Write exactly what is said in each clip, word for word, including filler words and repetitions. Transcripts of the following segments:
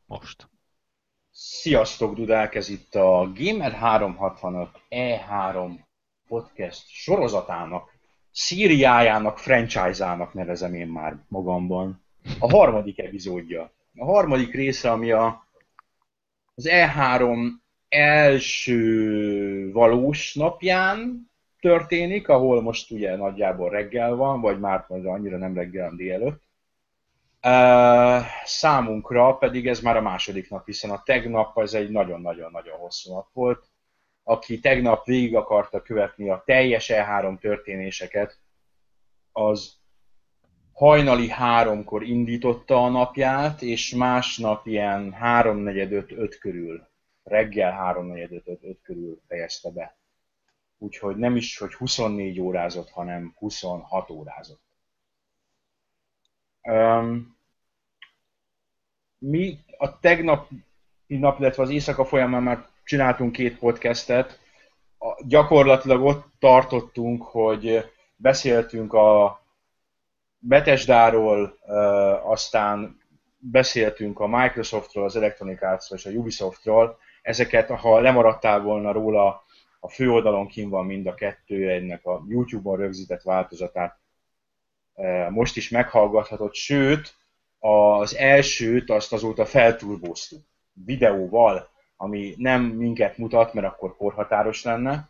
most. Sziasztok, Dudák! Ez itt a Gamer háromszázhatvanöt E három podcast sorozatának, szíriájának, franchise-ának nevezem én már magamban. A harmadik epizódja. A harmadik része, ami a, az E három első valós napján történik, ahol most ugye nagyjából reggel van, vagy már annyira nem reggel, délelőtt. Uh, számunkra pedig ez már a második nap, hiszen a tegnap az egy nagyon-nagyon-nagyon hosszú nap volt. Aki tegnap végig akarta követni a teljes E három történéseket, az hajnali háromkor indította a napját, és másnap ilyen háromnegyed öt, öt körül, reggel háromnegyed öt, öt, öt körül fejezte be. Úgyhogy nem is, hogy huszonnégy órázott, hanem huszonhat órázott. Um, Mi a tegnapi nap, illetve az éjszaka folyamán már csináltunk két podcastet. A, gyakorlatilag ott tartottunk, hogy beszéltünk a Bethesdáról, aztán beszéltünk a Microsoftról, az Electronic Artsról és a Ubisoftról. Ezeket, ha lemaradtál volna róla, a főoldalon kint van mind a kettő, ennek a YouTube-on rögzített változatát most is meghallgathatod, sőt, az elsőt azt azóta felturbóztuk videóval, ami nem minket mutat, mert akkor korhatáros lenne,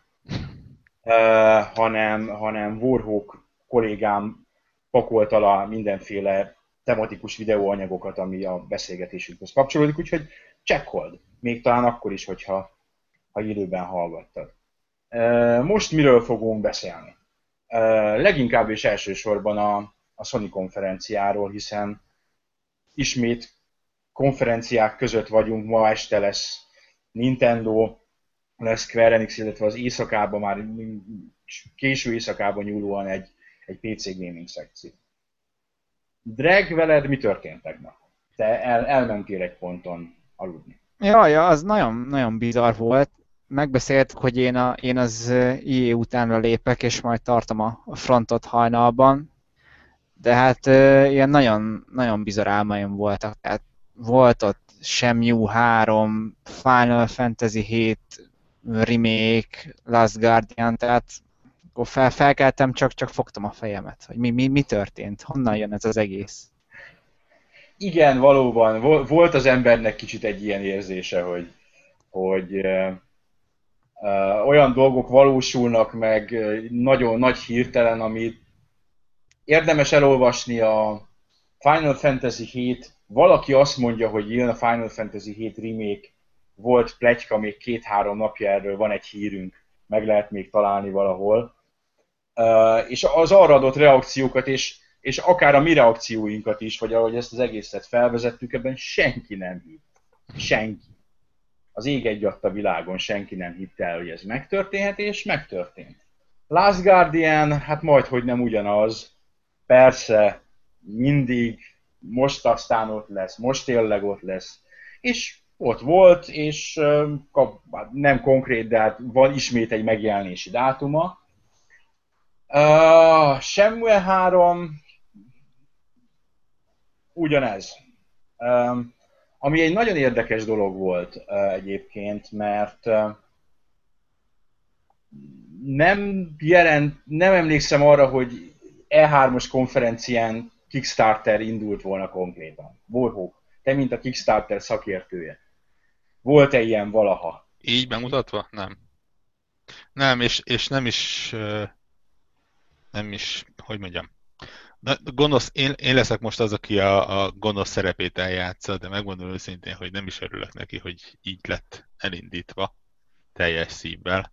uh, hanem, hanem Warhawk kollégám pakolt alá mindenféle tematikus videóanyagokat, ami a beszélgetésünkhöz kapcsolódik, úgyhogy checkhold, még talán akkor is, hogyha ha időben hallgattad. Uh, most miről fogunk beszélni? Uh, leginkább és elsősorban a, a Sony konferenciáról, hiszen ismét konferenciák között vagyunk, ma este lesz Nintendo, lesz Square Enix, illetve az éjszakában már késő éjszakában nyúlóan egy, egy pé cé gaming szekció. Drag, veled mi történt tegnap? Te el, elmentél egy ponton aludni. Jaj, ja, az nagyon, nagyon bizarr volt. Megbeszéltük, hogy én, a, én az i á utánra lépek, és majd tartom a frontot hajnalban. De hát ilyen nagyon, nagyon bizarr álmaim voltak. Tehát volt ott Shenmue három, Final Fantasy hét remake, Last Guardian, tehát akkor fel, felkeltem, csak, csak fogtam a fejemet, hogy mi, mi, mi történt, honnan jön ez az egész. Igen, valóban. Volt az embernek kicsit egy ilyen érzése, hogy, hogy uh, uh, olyan dolgok valósulnak meg nagyon nagy hirtelen, amit érdemes elolvasni a Final Fantasy hét. Valaki azt mondja, hogy jön a Final Fantasy hét remake, volt pletyka még két-három napja, erről van egy hírünk, meg lehet még találni valahol. Uh, és az arra adott reakciókat, és, és akár a mi reakcióinkat is, vagy ahogy ezt az egészet felvezettük, ebben senki nem hitt. Senki. Az ég egyatt a világon senki nem hitt el, hogy ez megtörténhet, és megtörtént. Last Guardian, hát majdhogy nem ugyanaz. Persze, mindig, most aztán ott lesz, most tényleg ott lesz. És ott volt, és kap, nem konkrét, de hát van ismét egy megjelenési dátuma. Uh, Shenmue három ugyanez. Um, ami egy nagyon érdekes dolog volt uh, egyébként, mert uh, nem jelent, nem emlékszem arra, hogy E hármas konferencián Kickstarter indult volna konkrétan. Warhawk, te mint a Kickstarter szakértője. Volt-e ilyen valaha? Így bemutatva? Nem. Nem, és, és nem is, nem is, hogy mondjam. Na, gonosz, én, én leszek most az, aki a, a gonosz szerepét eljátsza, de megmondom őszintén, hogy nem is örülök neki, hogy így lett elindítva teljes szívvel.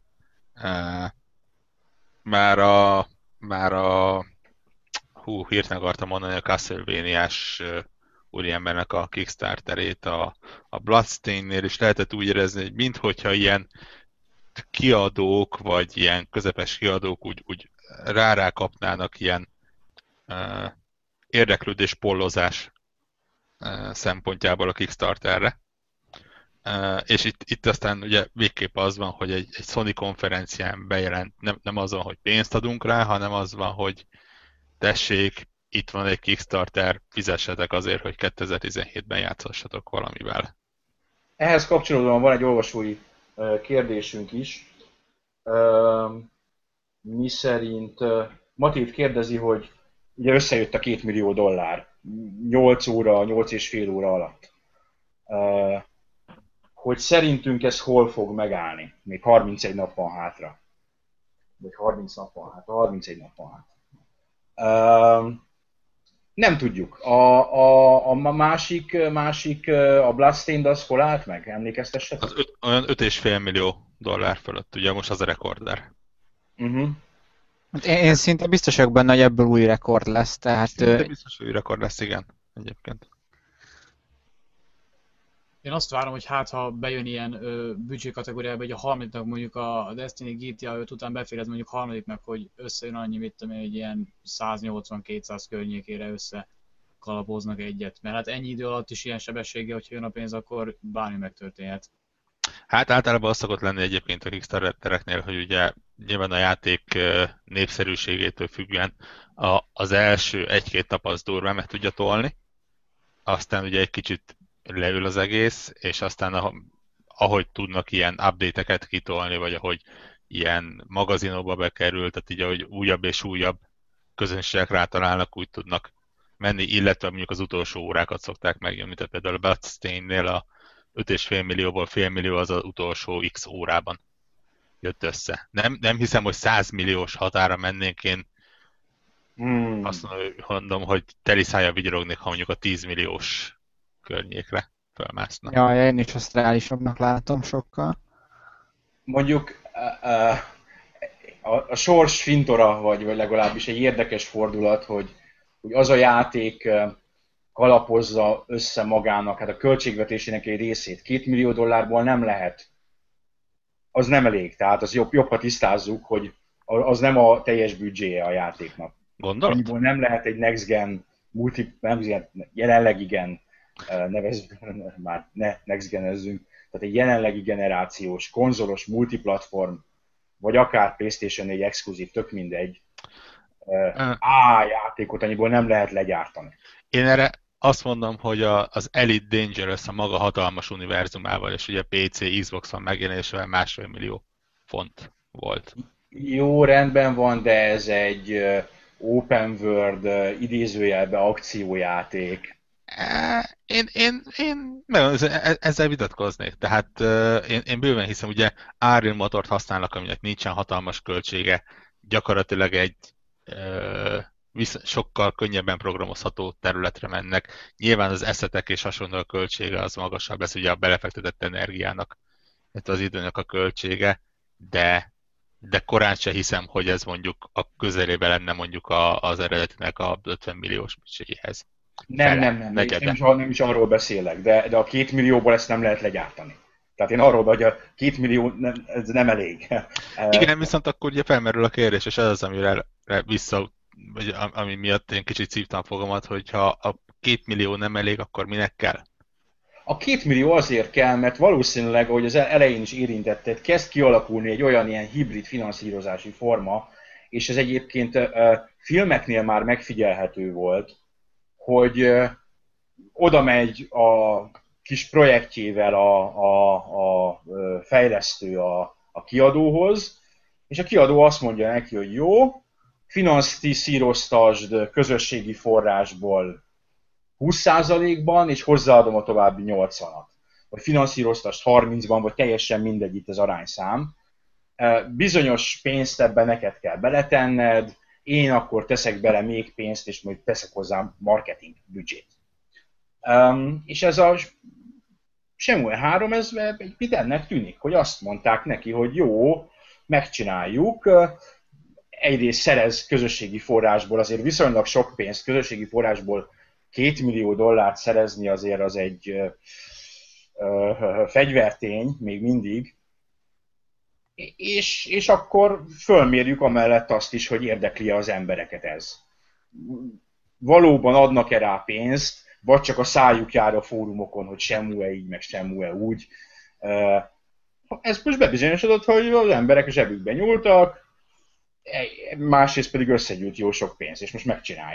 Már a, már a hú, hirtelen akartam mondani a Castlevania-s úriembernek a Kickstarterét a, a Bloodstained-nél is lehetett úgy érezni, hogy minthogyha ilyen kiadók, vagy ilyen közepes kiadók úgy, úgy rá-rá kapnának ilyen uh, érdeklődés pollozás uh, szempontjából a Kickstarterre. Uh, és itt, itt aztán ugye végképp az van, hogy egy, egy Sony konferencián bejelent, nem, nem az van, hogy pénzt adunk rá, hanem az van, hogy tessék, itt van egy Kickstarter, fizessetek azért, hogy kétezer-tizenhétben játszhassatok valamivel. Ehhez kapcsolódóan van egy olvasói kérdésünk is, mi szerint Matit kérdezi, hogy ugye összejött a két millió dollár nyolc óra, nyolc és fél óra alatt. Hogy szerintünk ez hol fog megállni? Még harmincegy nap van hátra. Vagy harminc nap van hátra, harmincegy nap van hátra. Nem tudjuk. A, a, a másik, másik, a Bloodstained az hol állt meg? Emlékeztessetek? Az öt, olyan öt és fél millió dollár fölött, ugye most az a rekorder. Uh-huh. Én, én szinte biztos vagyok benne, hogy ebből új rekord lesz. Tehát, szinte biztos, hogy új rekord lesz, igen, egyébként. Én azt várom, hogy hát ha bejön ilyen büdzsé kategóriába, hogy a harmadiknak mondjuk a Destiny gé té á öt után beférez mondjuk harmadiknak, hogy összejön annyi, mit tudom én, egy ilyen száznyolcvan-kétszáz környékére össze kalapoznak egyet. Mert hát ennyi idő alatt is ilyen sebességgel, hogyha jön a pénz, akkor bármi megtörténhet. Hát általában az szokott lenni egyébként a Kickstartereknél, hogy ugye nyilván a játék népszerűségétől függően a, az első egy-két nap az durván meg tudja tolni, aztán ugye egy kicsit leül az egész, és aztán ahogy tudnak ilyen update-eket kitolni, vagy ahogy ilyen magazinokba bekerül, tehát így ahogy újabb és újabb közönségek rátalálnak, úgy tudnak menni, illetve mondjuk az utolsó órákat szokták megnyomni, tehát például a Bloodstained-nél a öt és fél millióból fél millió az az utolsó x órában jött össze. Nem, nem hiszem, hogy száz milliós határa mennénk, én hmm. azt mondom, hogy teli szája vigyorognék, ha mondjuk a tíz milliós környékre felmászna. Ja, én is azt reálisabbnak látom sokkal. Mondjuk a, a, a sors fintora, vagy, vagy legalábbis egy érdekes fordulat, hogy, hogy az a játék kalapozza össze magának, hát a költségvetésének egy részét. Két millió dollárból nem lehet. Az nem elég, tehát az jobb, jobb ha tisztázzuk, hogy az nem a teljes büdzséje a játéknak. Gondolod? Annyiból nem lehet egy next gen, multi, nem, jelenleg igen, nevezzük, már ne next genezzünk, tehát egy jelenlegi generációs, konzolos, multiplatform, vagy akár PlayStation négy exkluzív, tök mindegy, á játékot annyiból nem lehet legyártani. Én erre azt mondom, hogy a, az Elite Dangerous a maga hatalmas univerzumával, és ugye pé cé, Xbox-on megjelenésével másfél millió font volt. Jó, rendben van, de ez egy open world, idézőjelbe akciójáték. Én, én, én ezzel vitatkoznék, tehát én, én bőven hiszem, ugye Unreal motort használnak, aminek nincsen hatalmas költsége, gyakorlatilag egy visz, sokkal könnyebben programozható területre mennek. Nyilván az eszetek és hasonló a költsége az magasabb lesz, ugye a belefektetett energiának, illetve az időnek a költsége, de, de korán se hiszem, hogy ez mondjuk a közelébe lenne mondjuk a, az eredetinek a ötven milliós büdzséjéhez. Nem, nem, nem, nem, nem, is, nem is arról beszélek, de, de a két millióból ezt nem lehet legyártani. Tehát én arról, hogy a két millió nem, ez nem elég. Igen, viszont akkor ugye felmerül a kérdés, és ez az, amire vissza, vagy ami miatt én kicsit szívtam fogamat, hogy ha a két millió nem elég, akkor minek kell? A két millió azért kell, mert valószínűleg, ahogy az elején is érintetted, kezd kialakulni egy olyan ilyen hibrid finanszírozási forma, és ez egyébként a filmeknél már megfigyelhető volt, hogy oda megy a kis projektjével a, a, a fejlesztő a, a kiadóhoz, és a kiadó azt mondja neki, hogy jó, finanszíroztasd közösségi forrásból húsz százalékban, és hozzáadom a további nyolcvanat. Vagy finanszíroztasd harmincban, vagy teljesen mindegy itt az arányszám. Bizonyos pénzt ebben neked kell beletenned, én akkor teszek bele még pénzt, és majd teszek hozzá marketing büdzsét. Um, és ez a Shenmue három, ez egy ennek tűnik, hogy azt mondták neki, hogy jó, megcsináljuk, egyrészt szerez közösségi forrásból, azért viszonylag sok pénzt, közösségi forrásból két millió dollárt szerezni azért az egy ö, ö, fegyvertény, még mindig, és, és akkor fölmérjük amellett azt is, hogy érdekli az embereket ez. Valóban adnak-e rá pénzt, vagy csak a szájuk jár a fórumokon, hogy Shenmue így, meg Shenmue úgy. Ez most bebizonyosodott, hogy az emberek a zsebükbe nyúltak, másrészt pedig összegyűlt jó sok pénz, és most megcsinálják.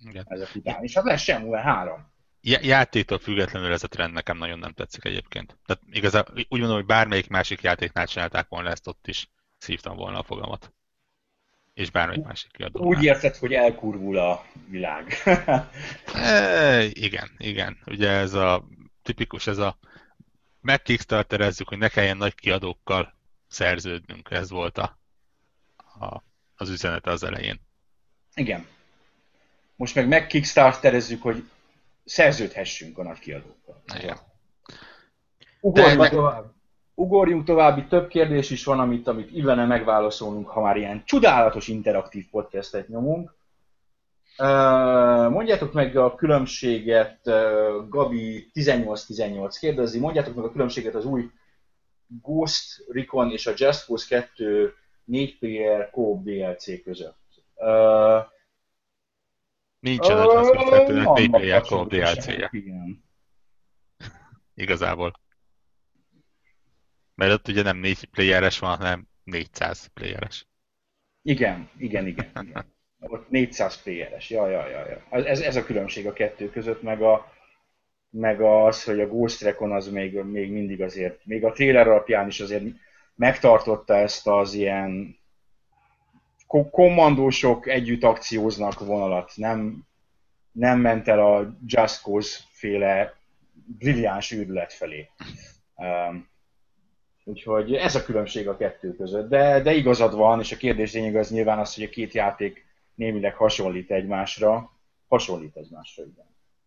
Igen. Ez a titán. És hát lesz Shenmue három. J- játéktól függetlenül ez a trend nekem nagyon nem tetszik egyébként. Tehát igazából úgy mondom, hogy bármelyik másik játéknál csinálták volna ezt, ott is szívtam volna a fogamat. És bármelyik másik kiadónál. Úgy érted, hogy elkurvul a világ. E, igen, igen. Ugye ez a tipikus, ez a meg-kickstarterezzük, hogy ne kelljen nagy kiadókkal szerződnünk. Ez volt a, a, az üzenete az elején. Igen. Most meg meg-kickstarterezzük, hogy szerződhessünk a nagy kiadókkal. Igen. Ugorjunk De- tovább. Ugorjunk tovább, itt több kérdés is van, amit, amit illene megválaszolnunk, ha már ilyen csodálatos interaktív podcastet nyomunk. Uh, mondjátok meg a különbséget, uh, Gabi tizennyolc tizennyolc kérdezi, mondjátok meg a különbséget az új Ghost Recon és a Just Cause kettő négy player co-op dé el cé között. Uh, Nincsen a Just Cause kettőnek vannak négy player co-op hasonlóságok, dé el cé-je. igen. Igazából. Mert ott ugye nem négy playeres van, hanem négyszáz playeres. Igen, igen, igen. igen. Ott négyszáz playeres, ja, ja, ja, ja. Ez, ez a különbség a kettő között, meg, a, meg az, hogy a Ghost Recon az még, még mindig azért, még a trailer alapján is azért megtartotta ezt az ilyen ko- kommandósok együtt akcióznak vonalat. Nem, nem ment el a Just Cause féle brilliáns űrület felé. Um, Úgyhogy ez a különbség a kettő között, de, de igazad van, és a kérdés lényeg az nyilván az, hogy a két játék némileg hasonlít egymásra. Hasonlít egymásra, igen.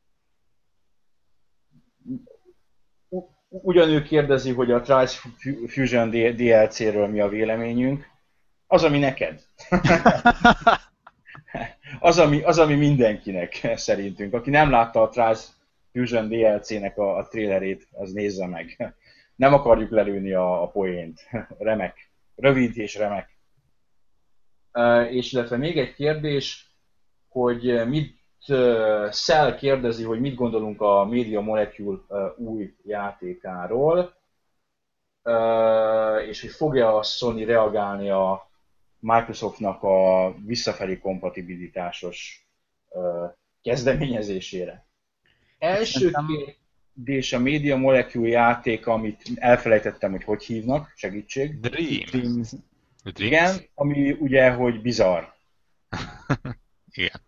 Ugyanő kérdezi, hogy a Trials Fusion dé el cé-ről mi a véleményünk. Az, ami neked. az, ami, az, ami mindenkinek szerintünk. Aki nem látta a Trials Fusion dé el cé-nek a, a trailerét, az nézze meg. Nem akarjuk lelőni a, a poént. Remek. Rövid és remek. Uh, és illetve még egy kérdés, hogy mit uh, Cell kérdezi, hogy mit gondolunk a Media Molecule uh, új játékáról, uh, és hogy fogja a Sony reagálni a Microsoftnak a visszafelé kompatibilitásos uh, kezdeményezésére. Első kérdés a Media Molecule játék, amit elfelejtettem, hogy hogy hívnak, segítség. Dream. Dreams. Igen, ami ugye, hogy bizarr. Igen.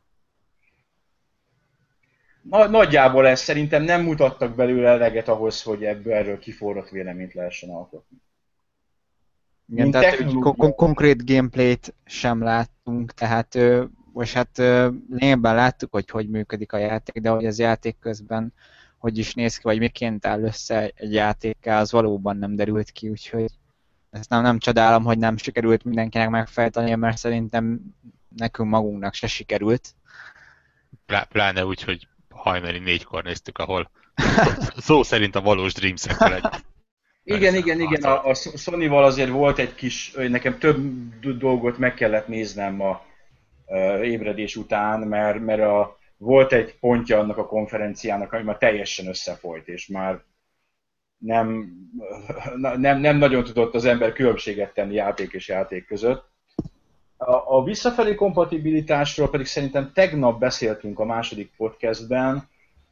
Na, nagyjából ez szerintem nem mutattak belőle eleget ahhoz, hogy ebből erről kiforrott véleményt lehessen alkotni. Igen, Mint tehát hogy technológia- kon- konkrét gameplayt sem láttunk, tehát ö, most hát ö, lényegben láttuk, hogy hogy működik a játék, de hogy az játék közben hogy is néz ki, vagy miként áll össze egy játékkel, az valóban nem derült ki, úgyhogy ezt nem, nem csodálom, hogy nem sikerült mindenkinek megfejteni, mert szerintem nekünk magunknak se sikerült. Plá- pláne úgy, hogy hajnali négykor néztük, ahol szó szerint a valós Dreams-ekkel együtt. Igen, Persze, igen, igen, hát a, a Sony-val azért volt egy kis, nekem több dolgot meg kellett néznem a, a ébredés után, mert, mert a, volt egy pontja annak a konferenciának, ami már teljesen összefolyt, és már nem, nem, nem nagyon tudott az ember különbséget tenni játék és játék között. A, a visszafelé kompatibilitásról pedig szerintem tegnap beszéltünk a második podcastben.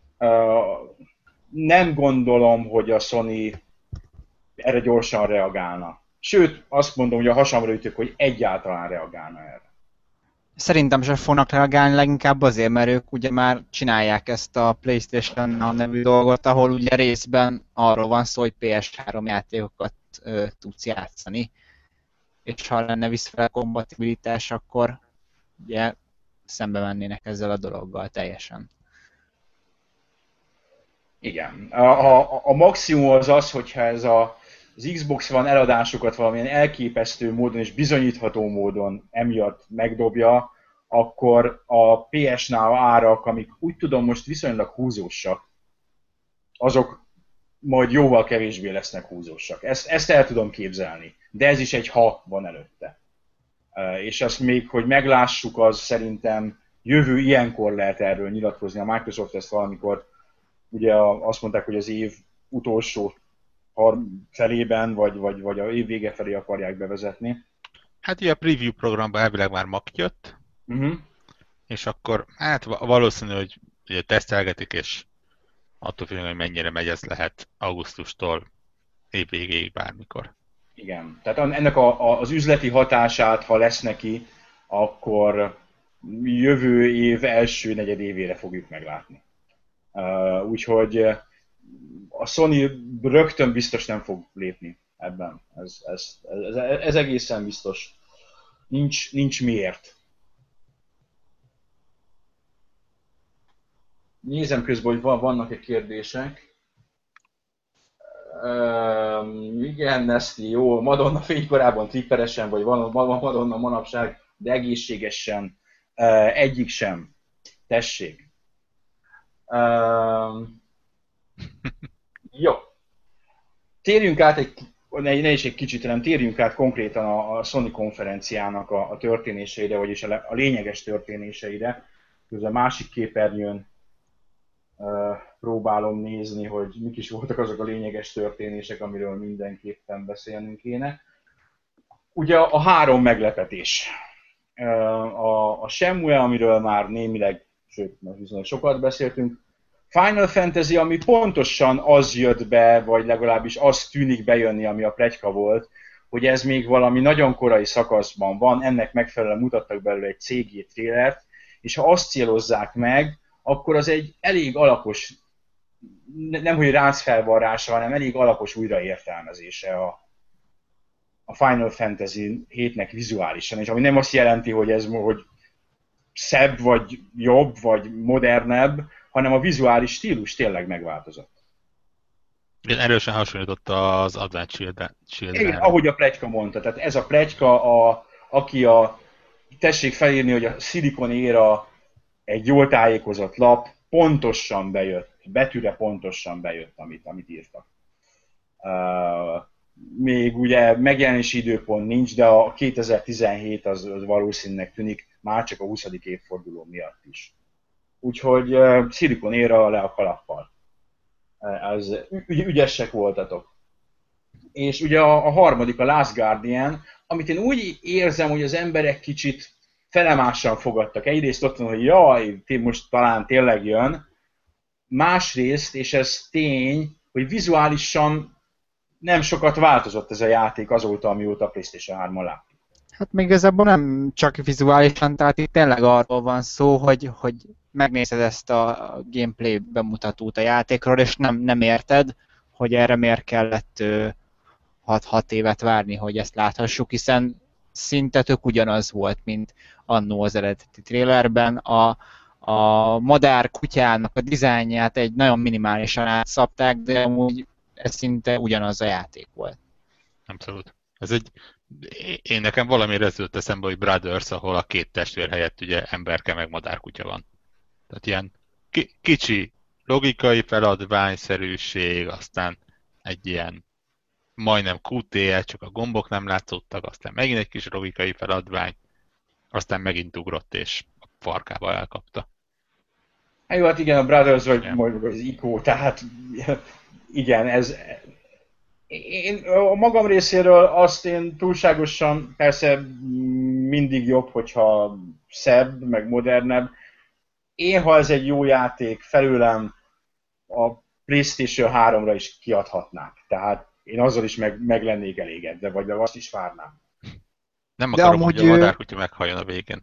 Nem gondolom, hogy a Sony erre gyorsan reagálna. Sőt, azt mondom, hogy a hasamra ütök, hogy egyáltalán reagálna erre. Szerintem sem fognak reagálni, leginkább azért, mert ők ugye már csinálják ezt a PlayStation nevű dolgot, ahol ugye részben arról van szó, hogy pé es három játékokat ö, tudsz játszani. És ha lenne visszafele kompatibilitás, akkor ugye szembe mennének ezzel a dologgal teljesen. Igen. A, a, a maximum az az, hogyha ez a, az Xbox One eladásokat valamilyen elképesztő módon és bizonyítható módon emiatt megdobja, akkor a pé es Now árak, amik úgy tudom most viszonylag húzósak, azok majd jóval kevésbé lesznek húzósak. Ezt, ezt el tudom képzelni, de ez is egy ha van előtte. És azt még, hogy meglássuk, az szerintem jövő ilyenkor lehet erről nyilatkozni. A Microsoft ezt valamikor, ugye azt mondták, hogy az év utolsó felében, vagy, vagy, vagy a év vége felé akarják bevezetni. Hát ugye a preview programban elvileg már ma kijött, Uh-huh. és akkor hát valószínű, hogy ugye tesztelgetik, és attól függően, hogy mennyire megy, ez lehet augusztustól év végéig bármikor. Igen. Tehát ennek a, a, az üzleti hatását, ha lesz neki, akkor jövő év első negyedévére fogjuk meglátni. Uh, úgyhogy a Sony rögtön biztos nem fog lépni ebben. Ez, ez, ez, ez egészen biztos. Nincs, nincs miért. Nézem közben, hogy vannak-e kérdések. Um, igen, Nestlé, jó, Madonna fénykorában tripperesen, vagy van Madonna manapság, de egészségesen. Uh, egyik sem. Tessék. Um, jó. Térjünk át egy, ne, ne is egy kicsit, hanem térjünk át konkrétan a, a Sony konferenciának a, a történéseire, vagyis a, a lényeges történéseire. Közben a másik képernyőn uh, próbálom nézni, hogy mik is voltak azok a lényeges történések, amiről mindenképpen beszélnünk kéne. Ugye a három meglepetés. Uh, a, a Shenmue, amiről már némileg, sőt, most sokat beszéltünk, Final Fantasy, ami pontosan az jött be, vagy legalábbis az tűnik bejönni, ami a pletyka volt, hogy ez még valami nagyon korai szakaszban van, ennek megfelelően mutattak belőle egy cé gé trailert, és ha azt célozzák meg, akkor az egy elég alapos, nem hogy ráncfelvarrása, hanem elég alapos újraértelmezése a, a Final Fantasy hétnek vizuálisan, és ami nem azt jelenti, hogy ez hogy szebb, vagy jobb, vagy modernebb, hanem a vizuális stílus tényleg megváltozott. Igen, erősen hasonlított az Advent Children. Igen, ahogy a pletyka mondta. Tehát ez a pletyka, a, aki a, tessék felírni, hogy a Silicon Era egy jól tájékozott lap, pontosan bejött, betűre pontosan bejött, amit, amit írtak. Uh, még ugye megjelenési időpont nincs, de a kétezer-tizenhét az, az valószínűleg tűnik, már csak a huszadik évforduló miatt is. Úgyhogy uh, Silicon Era le a kalappal. Uh, az ügy, ügyesek voltatok. És ugye a, a harmadik, a Last Guardian, amit én úgy érzem, hogy az emberek kicsit felemással fogadtak. Egyrészt ott van, hogy jaj, most talán tényleg jön. Másrészt, és ez tény, hogy vizuálisan nem sokat változott ez a játék azóta, amióta a PlayStation hármon láttuk. Hát még igazából nem csak vizuálisan, tehát itt tényleg arról van szó, hogy, hogy megnézed ezt a gameplay bemutatót a játékról, és nem, nem érted, hogy erre miért kellett hat évet várni, hogy ezt láthassuk, hiszen szinte tök ugyanaz volt, mint annó az eredeti trailerben. A, a madár kutyának a dizájnját egy nagyon minimálisan átszabták, de amúgy ez szinte ugyanaz a játék volt. Abszolút. Ez egy, én nekem valamire ez jutott eszembe, hogy Brothers, ahol a két testvér helyett ugye emberke meg madárkutya van. Tehát ilyen ki, kicsi logikai feladványszerűség, aztán egy ilyen majdnem kú té el, csak a gombok nem látszottak, aztán megint egy kis logikai feladvány, aztán megint ugrott és a farkába elkapta. Hát jó, hát igen, a Brothers vagy majd az ikó, tehát igen, ez... Én a magam részéről azt én túlságosan, persze mindig jobb, hogyha szebb, meg modernebb. Én, ha ez egy jó játék, felőlem a PlayStation háromra is kiadhatnák. Tehát én azzal is meg, meg lennék elégedve, vagy azt is várnám. Nem akarom, hogy a madárkutya meghalljon a végén.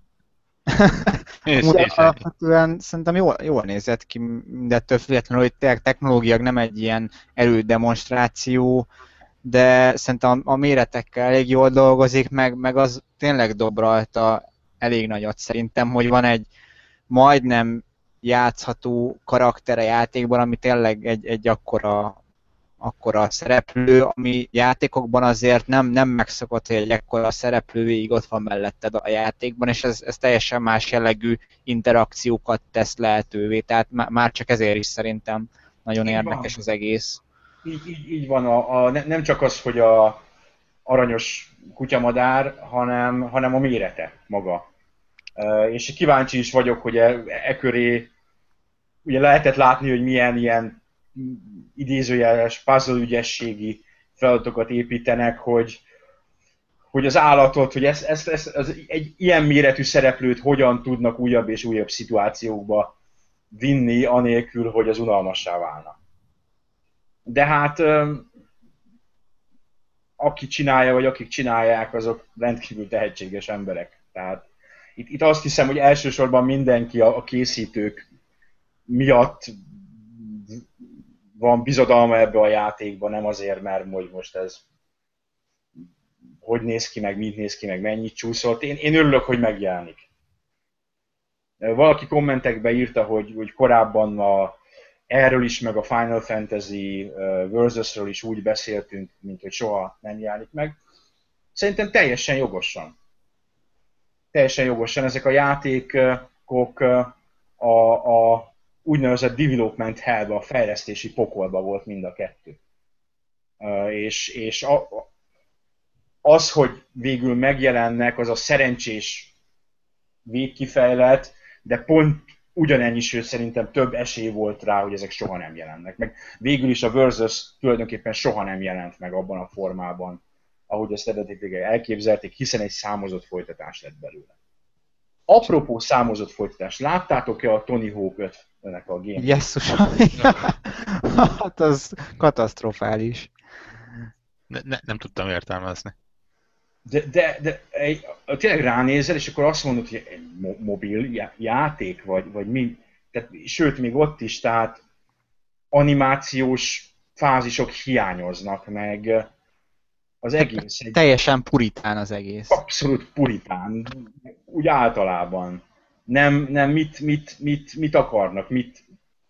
és, és alapvetően szerintem jól, jól nézett ki mindettől függetlenül, hogy tényleg technológiák nem egy ilyen erődemonstráció, de szerintem a méretekkel elég jól dolgozik, meg, meg az tényleg dob rajta elég nagyot szerintem, hogy van egy majdnem játszható karaktere játékban, ami tényleg egy, egy akkora, akkora szereplő, ami játékokban azért nem, nem megszokott, hogy egy ekkora szereplő végig ott van melletted a játékban, és ez, ez teljesen más jellegű interakciókat tesz lehetővé, tehát már csak ezért is szerintem nagyon így érdekes van az egész. Így, így, így van, a, a, nem csak az, hogy a aranyos kutyamadár, hanem, hanem a mérete maga. Uh, és kíváncsi is vagyok, hogy e, e köré ugye lehetett látni, hogy milyen ilyen idézőjeles puzzle ügyességi feladatokat építenek, hogy, hogy az állatot, hogy ezt, ezt, ezt, az egy ilyen méretű szereplőt hogyan tudnak újabb és újabb szituációkba vinni, anélkül, hogy az unalmassá válna. De hát aki csinálja, vagy akik csinálják, azok rendkívül tehetséges emberek. Tehát itt, itt azt hiszem, hogy elsősorban mindenki a, a készítők miatt van bizodalma ebbe a játékba, nem azért, mert hogy most ez hogy néz ki, meg mit néz ki, meg mennyit csúszott. Én, én örülök, hogy megjelenik. Valaki kommentekbe írta, hogy, hogy korábban a, erről is, meg a Final Fantasy uh, Versus-ről is úgy beszéltünk, mint hogy soha nem jelenik meg. Szerintem teljesen jogosan. Teljesen jogosan. Ezek a játékok a, a úgynevezett development hellbe, a fejlesztési pokolba volt mind a kettő. Uh, és és a, az, hogy végül megjelennek, az a szerencsés végkifejlet, de pont ugyanennyi, sőt szerintem több esély volt rá, hogy ezek soha nem jelennek meg. Végül is a Versus tulajdonképpen soha nem jelent meg abban a formában, ahogy ezt eredetileg elképzelték, hiszen egy számozott folytatás lett belőle. Apropó számozott folytatás, láttátok-e a Tony Hawk ötnek a game? Jesszusom! Hát az katasztrofális. Ne, ne, nem tudtam értelmezni. De, de, de egy, tényleg ránézel, és akkor azt mondod, hogy egy mo- mobil játék, vagy, vagy mi. Tehát, sőt, még ott is, tehát animációs fázisok hiányoznak, meg az egész. Egy Teljesen puritán az egész. abszolút puritán, úgy általában. Nem, nem mit, mit, mit, mit akarnak, mit...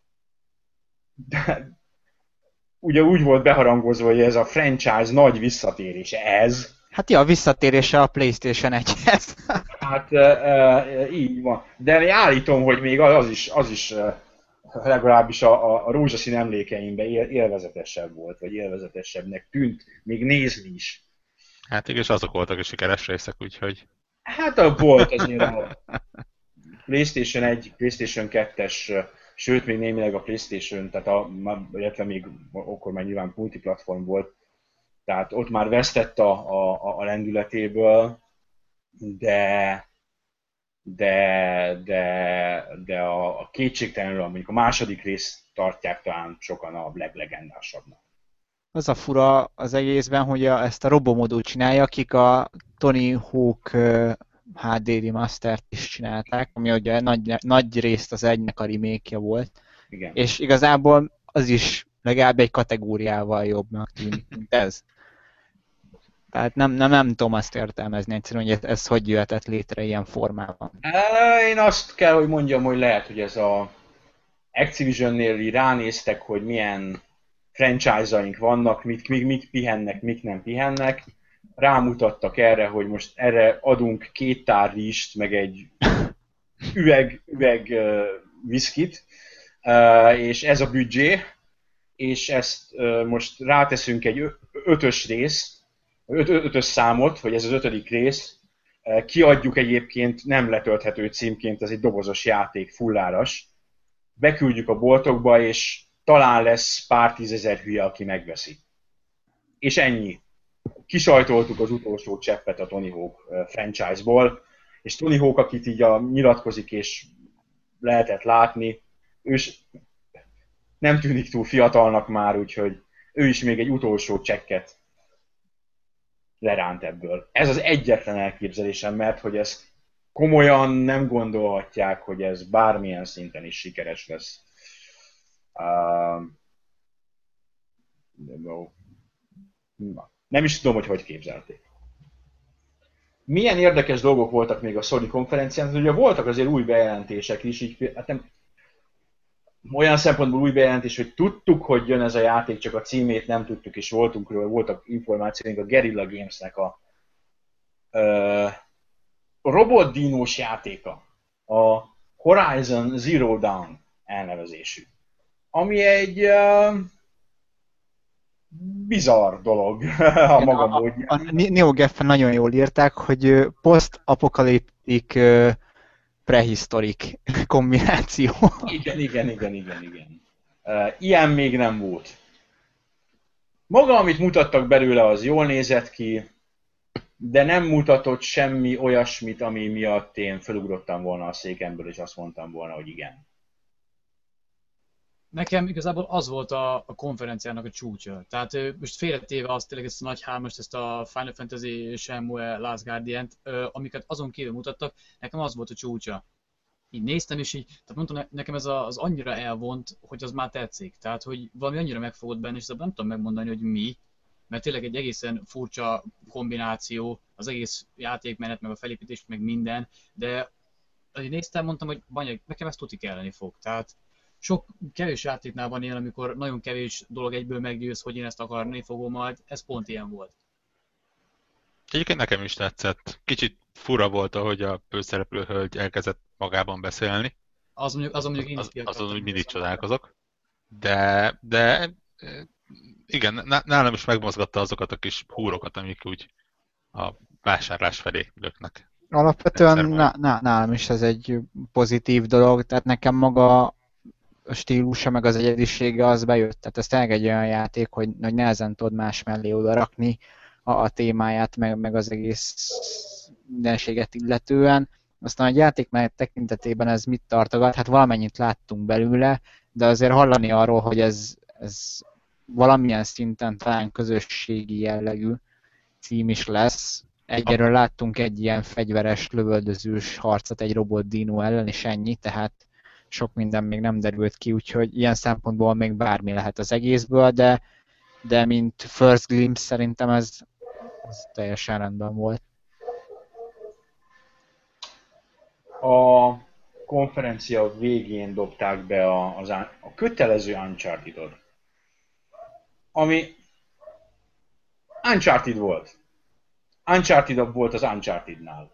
De, ugye úgy volt beharangozva, hogy ez a franchise nagy visszatérése, ez. Hát ja, a visszatérése a PlayStation egyhez. Hát e, e, így van. De én állítom, hogy még az is, az is e, legalábbis a, a, a rózsaszín emlékeimben él, élvezetesebb volt, vagy élvezetesebbnek tűnt, még nézni is. Hát és azok voltak a sikeres részek, úgyhogy... Hát a volt azért a PlayStation egy, PlayStation kettes, sőt még némileg a PlayStation, tehát a, illetve még akkor már nyilván multiplatform volt, tehát ott már vesztett a, a, a lendületéből, de, de, de, de a, a kétségtelenül, mondjuk a második részt tartják talán sokan a leglegendásabbnak. Az a fura az egészben, hogy a, ezt a robomodót csinálja, akik a Tony Hawk há dé Remastert is csinálták, ami ugye nagy, nagy részt az egynek a remake-je volt. Igen. És igazából az is legalább egy kategóriával jobbnak tűnik, mint ez. Tehát nem, nem, nem tudom azt értelmezni egyszerűen, hogy ez, ez hogy jöhetett létre ilyen formában. Én azt kell, hogy mondjam, hogy lehet, hogy ez a Activision-nél ránéztek, hogy milyen franchise-aink vannak, mit, mit, mit pihennek, mit nem pihennek. Rámutattak erre, hogy most erre adunk két tár rizst, meg egy üveg, üveg uh, viszkit, uh, és ez a büdzsé, és ezt uh, most ráteszünk egy ötös részt, öt, ötös számot, hogy ez az ötödik rész, uh, kiadjuk egyébként nem letölthető címként, ez egy dobozos játék, fulláras, beküldjük a boltokba, és talán lesz pár tízezer hülye, aki megveszi. És ennyi. Kisajtoltuk az utolsó cseppet a Tony Hawk franchise-ból, és Tony Hawk, akit így a, nyilatkozik és lehetett látni, ő is nem tűnik túl fiatalnak már, úgyhogy ő is még egy utolsó csekket leránt ebből. Ez az egyetlen elképzelésem, mert hogy ezt komolyan nem gondolhatják, hogy ez bármilyen szinten is sikeres lesz. Uh, no. Na. Nem is tudom, hogy hogy képzelték. Milyen érdekes dolgok voltak még a Sony konferencián, ugye voltak azért új bejelentések is, így, hát nem, olyan szempontból új bejelentés, hogy tudtuk, hogy jön ez a játék, csak a címét nem tudtuk, és voltunk róla, voltak információink a Guerrilla Games-nek a uh, robotdínós játéka, a Horizon Zero Dawn elnevezésű, ami egy uh, bizarr dolog a maga módján. A, a NeoGaf-en nagyon jól írták, hogy post-apokaliptik prehisztorik kombináció. Igen, igen, igen, igen, igen. Uh, ilyen még nem volt. Maga, amit mutattak belőle, az jól nézett ki. de nem mutatott semmi olyasmit, ami miatt én felugrottam volna a székemből, és azt mondtam volna, hogy igen. Nekem igazából az volt a, a konferenciának a csúcsa. Tehát most félretéve azt tényleg ezt a nagy hármast, ezt a Final Fantasy Shenmue Last Guardian-t, amiket azon kívül mutattak, nekem az volt a csúcsa. Így néztem, és így, tehát mondtam, nekem ez az annyira elvont, hogy az már tetszik. Tehát, hogy valami annyira megfogott benne, és nem tudom megmondani, hogy mi, mert tényleg egy egészen furcsa kombináció, az egész játékmenet, meg a felépítés, meg minden, de ahogy néztem, mondtam, hogy banyag, nekem ezt tuti kelleni fog. Tehát sok kevés játéknál van ilyen, amikor nagyon kevés dolog egyből meggyőz, hogy én ezt akarni fogom majd, ez pont ilyen volt. Egyébként nekem is tetszett. Kicsit fura volt, ahogy a főszereplő hölgy elkezdett magában beszélni. Az mondjuk, azon mondjuk én is az, azon úgy mindig csodálkozok. De, de igen, nálam is megmozgatta azokat a kis húrokat, amik úgy a vásárlás felé löknek. Alapvetően ná, ná, nálam is ez egy pozitív dolog, tehát nekem maga a stílusa meg az egyedisége az bejött. Tehát ez tényleg egy olyan játék, hogy, hogy nehezen tudod más mellé oda rakni a, a témáját, meg, meg az egész mindenséget illetően. Aztán a játék tekintetében ez mit tartogat? Hát valamennyit láttunk belőle, de azért hallani arról, hogy ez, ez valamilyen szinten talán közösségi jellegű cím is lesz. Egyelőre láttunk egy ilyen fegyveres, lövöldözős harcot egy robot dino ellen, és ennyi, tehát sok minden még nem derült ki, úgyhogy ilyen szempontból még bármi lehet az egészből, de, de mint first glimpse szerintem ez, ez teljesen rendben volt. A konferencia végén dobták be a, az, a kötelező Uncharted-ot, ami Uncharted volt. Uncharted-obb volt az Uncharted-nál.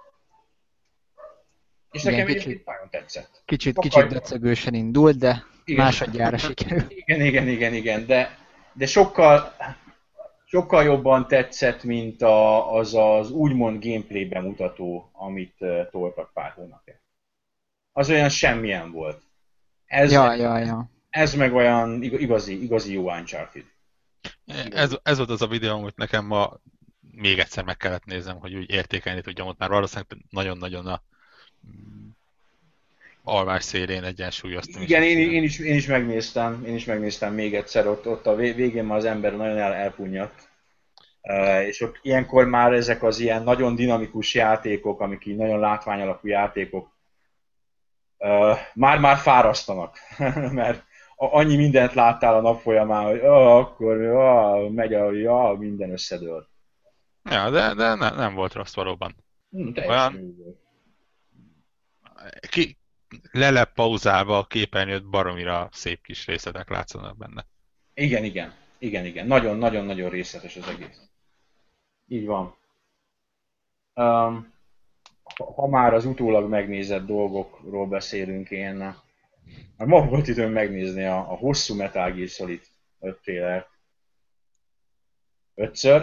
És igen, nekem egyébként nagyon tetszett. Kicsit, kicsit döcögősen indult, de igen. Másodjára sikerült. Igen, igen, igen, igen, de, de sokkal, sokkal jobban tetszett, mint a, az az úgymond gameplay bemutató, amit uh, toltak pár hónapja. Az olyan semmilyen volt. Ez, ja, ja, ja. ez meg olyan igazi, igazi jó Uncharted. Ez, ez volt az a videó, amit nekem ma még egyszer meg kellett néznem, hogy úgy értékelni tudjam, ott már valószínűleg nagyon-nagyon a alvás szélén egyensúlyoztam. Igen, én, én, is, én is megnéztem, én is megnéztem még egyszer, ott, ott a végén már az ember nagyon el, elpunnyadt. Uh, és ott ilyenkor már ezek az ilyen nagyon dinamikus játékok, amik így nagyon látványalapú játékok, uh, már-már fárasztanak, mert annyi mindent láttál a nap folyamán, hogy oh, akkor oh, megy a ja, minden összedől. Ja, de, de ne, nem volt rossz valóban. Hmm, olyan ki, le pauzálva a képernyőt baromira szép kis részletek látszanak benne. Igen, igen. Igen, igen. Nagyon-nagyon-nagyon részletes az egész. Így van. Um, ha már az utólag megnézett dolgokról beszélünk, én már ma volt időm megnézni a, a hosszú Metal Gear Solid öt trailer. Ötször.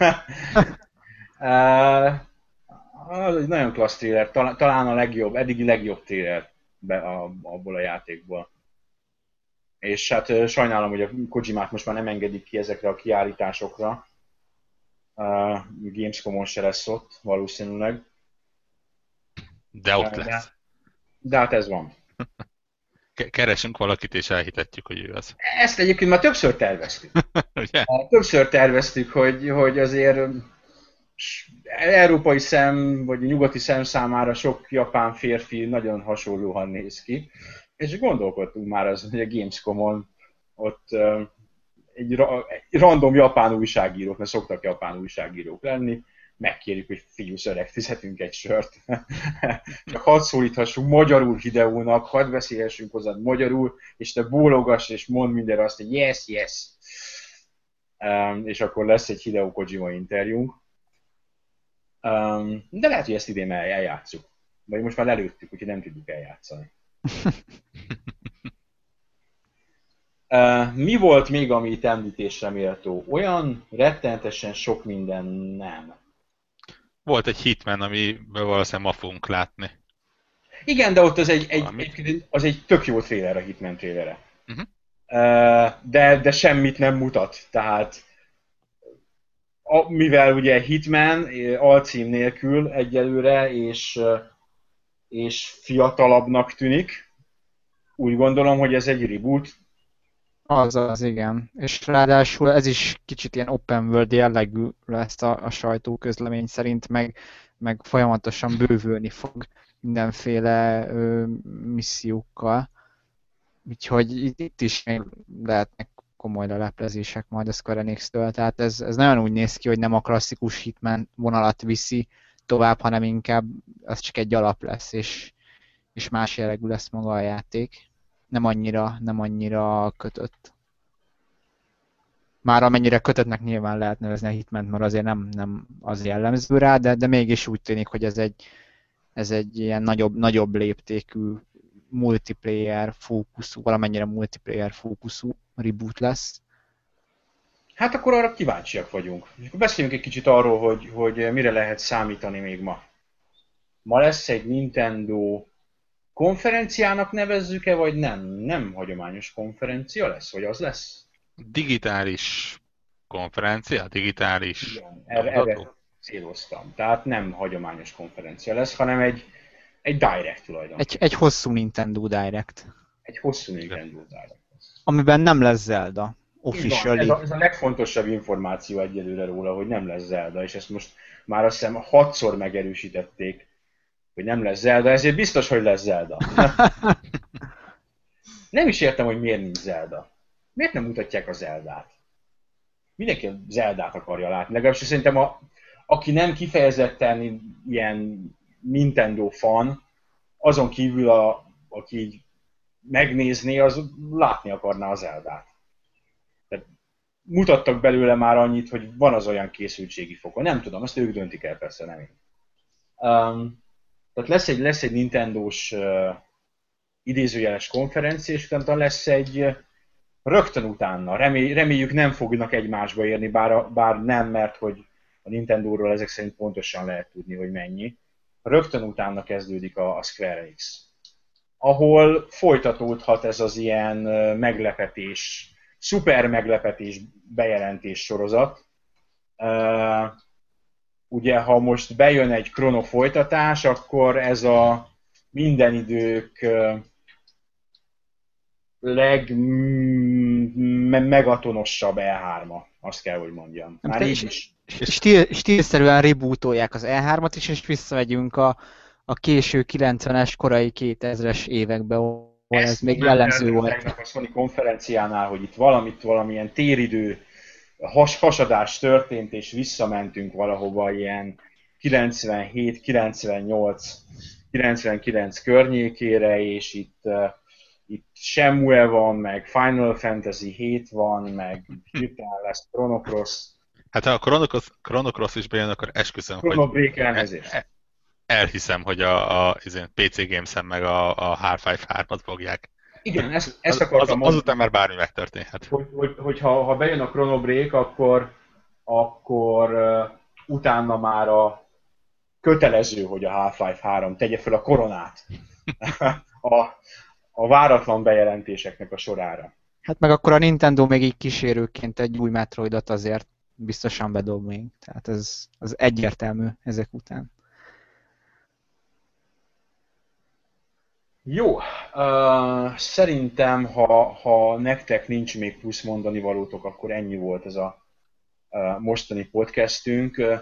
uh, az egy nagyon klassz trailer, talán, talán a legjobb, eddigi legjobb trailer be a, abból a játékból. És hát sajnálom, hogy a Kojimát most már nem engedik ki ezekre a kiállításokra. Uh, Gamescom-on se lesz ott, valószínűleg. De ott de, lesz. De hát ez van. Keresünk valakit és elhitetjük, hogy ő az. Ezt egyébként már többször terveztük. Többször terveztük, hogy, hogy azért európai szem, vagy nyugati szem számára sok japán férfi nagyon hasonlóan néz ki. És gondolkodtunk már azon, hogy a Gamescom-on ott uh, egy, ra- egy random japán újságírók, mert szoktak japán újságírók lenni, megkérjük, hogy figyelj, öreg, fizetünk egy sört. Csak hadd szólíthassunk magyarul Hideónak, hadd beszélhessünk hozzád magyarul, és te bólogass és mondd mindenre azt, hogy yes, yes. Um, és akkor lesz egy Hideo Kojima interjúnk. Um, de lehet, hogy ezt idén eljátszuk. Vagy most már lelőttük, úgyhogy nem tudjuk eljátszani. Uh, mi volt még, ami itt említésre méltó? Olyan rettenetesen sok minden nem. Volt egy Hitman, amiből valószínűleg ma fogunk látni. Igen, de ott az egy, egy, az egy tök jó trailer, a Hitman trailere. Uh-huh. Uh, de, de semmit nem mutat. Tehát a, mivel ugye Hitman alcím nélkül egyelőre, és, és fiatalabbnak tűnik, úgy gondolom, hogy ez egy reboot. Az az, igen. És ráadásul ez is kicsit ilyen open world jellegű lesz a, a sajtóközlemény szerint, meg, meg folyamatosan bővülni fog mindenféle ö, missziókkal. Úgyhogy itt, itt is még lehetnek komoly leleplezések majd a Square Enix-től. Tehát ez, ez nagyon úgy néz ki, hogy nem a klasszikus Hitman vonalat viszi tovább, hanem inkább az csak egy alap lesz, és, és más jellegű lesz maga a játék. Nem annyira, nem annyira kötött. Már amennyire kötöttnek nyilván lehet nevezni a Hitman, mert azért nem, nem az jellemző rá, de, de mégis úgy tűnik, hogy ez egy, ez egy ilyen nagyobb, nagyobb léptékű multiplayer fókuszú, valamennyire multiplayer fókuszú reboot lesz. Hát akkor arra kíváncsiak vagyunk. És akkor beszéljünk egy kicsit arról, hogy, hogy mire lehet számítani még ma. Ma lesz egy Nintendo konferenciának nevezzük-e, vagy nem? Nem hagyományos konferencia lesz, vagy az lesz? Digitális konferencia, digitális Igen, erre, erre céloztam. Tehát nem hagyományos konferencia lesz, hanem egy, egy Direct tulajdonképpen. Egy, egy hosszú Nintendo Direct. Egy hosszú Nintendo Direct. Amiben nem lesz Zelda. Officially. Ez a, ez a legfontosabb információ egyelőre róla, hogy nem lesz Zelda, és ezt most már azt hiszem hatszor megerősítették, hogy nem lesz Zelda, ezért biztos, hogy lesz Zelda. Nem is értem, hogy miért nincs Zelda. Miért nem mutatják a Zeldát? Mindenki a Zeldát akarja látni. Legalábbis szerintem, a, aki nem kifejezetten ilyen Nintendo fan, azon kívül, a, aki így megnézné, az látni akarná a Zeldát. Tehát mutattak belőle már annyit, hogy van az olyan készültségi fokon. Nem tudom, ezt ők döntik el, persze, nem én. Um, tehát lesz egy, lesz egy Nintendós uh, idézőjeles konferencia, és utána lesz egy uh, rögtön utána. Remély, reméljük nem fognak egymásba érni, bár, bár nem, mert hogy a Nintendóról ezek szerint pontosan lehet tudni, hogy mennyi. Rögtön utána kezdődik a, a Square Enix, ahol folytatódhat ez az ilyen uh, meglepetés, szuper meglepetés bejelentés sorozat. Uh, ugye, ha most bejön egy Chrono folytatás, akkor ez a minden idők uh, legmegatonosabb E három-a, azt kell, hogy mondjam. Már így is. Stíl, stílszerűen rebootolják az E hármat is, és visszamegyünk a, a késő kilencvenes, korai kétezres évekbe, ahol ez, ez még jellemző volt. A Sony konferenciánál, hogy itt valamit, valamilyen téridő has, hasadás történt, és visszamentünk valahova ilyen kilencvenhét, kilencvennyolc, kilencvenkilenc környékére, és itt, uh, itt Shenmue van, meg Final Fantasy hét van, meg hirtelen lesz Chrono Cross. Hát ha a Chrono Cross, Chrono Cross is bejön, akkor esküszöm, Chrono hogy el, el, elhiszem, hogy a, a pé cé Games-en meg a, a Half-Life hármat fogják. Igen, ezt, ezt akartam az, mondani. Azután már bármi megtörténhet. Hogy, hogy, hogy ha, ha bejön a Chrono Break, akkor, akkor uh, utána már a kötelező, hogy a Half-Life három tegye fel a koronát a, a váratlan bejelentéseknek a sorára. Hát meg akkor a Nintendo még így kísérőként egy új Metroidot azért biztosan bedob még. Tehát ez az egyértelmű ezek után. Jó, uh, szerintem, ha, ha nektek nincs még plusz mondani valótok, akkor ennyi volt ez a uh, mostani podcastünk. Uh,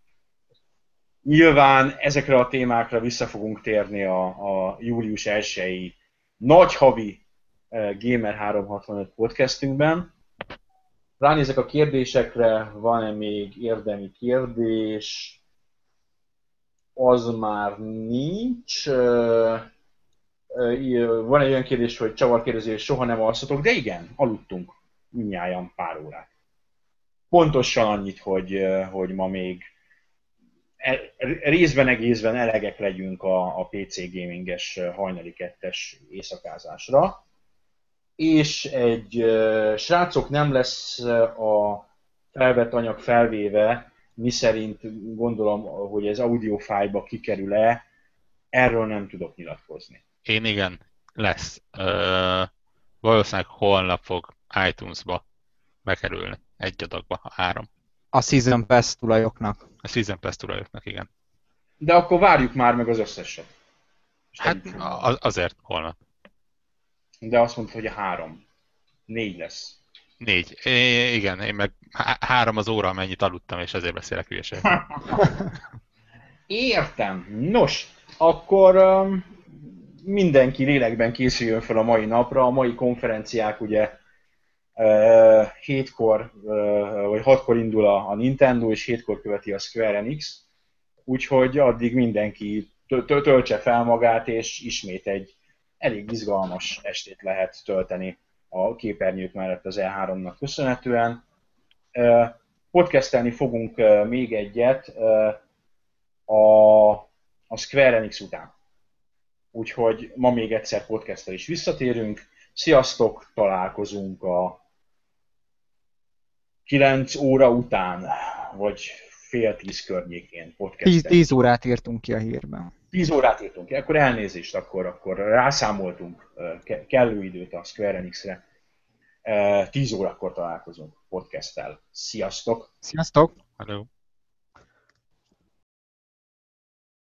nyilván ezekre a témákra vissza fogunk térni a, a július elsejei nagyhavi uh, Gamer háromszázhatvanöt podcastünkben. Ránézek a kérdésekre, van-e még érdemi kérdés? Az már nincs. Uh, Van egy olyan kérdés, hogy Csavar kérdezi, hogy soha nem alszatok, de igen, aludtunk mindnyájan pár órát. Pontosan annyit, hogy, hogy ma még részben egészben elegek legyünk a, a pé cé gaminges hajnali kettes éjszakázásra. És egy srácok, nem lesz a felvett anyag felvéve, miszerint gondolom, hogy ez audiofájba kikerül-e, erről nem tudok nyilatkozni. Én igen, lesz. Ö, valószínűleg holnap fog iTunes-ba bekerülni egy adagba, három. A Season Pass tulajoknak. A Season Pass tulajoknak, igen. De akkor várjuk már meg az összeset. Hát azért holnap. De azt mondta, hogy a három. Négy lesz. Négy. É, igen, én meg há- három az óra, amennyit aludtam, és ezért beszélek hülyeséget. Értem. Nos, akkor um, mindenki lélekben készüljön fel a mai napra. A mai konferenciák ugye uh, hétkor, uh, vagy hatkor indul a, a Nintendo, és hétkor követi a Square Enix. Úgyhogy addig mindenki töltse fel magát, és ismét egy elég izgalmas estét lehet tölteni a képernyők mellett az E háromnak köszönhetően. Podcastelni fogunk még egyet a, a Square Enix után. Úgyhogy ma még egyszer podcasttel is visszatérünk. Sziasztok, találkozunk a kilenc óra után, vagy fél tíz környékén podcastelni. tíz órát írtunk ki a hírben. tíz órát írtunk ki, akkor elnézést, akkor, akkor rászámoltunk ke- kellő időt a Square Enix-re. tíz órakor találkozunk podcasttel. Sziasztok! Sziasztok! Hello.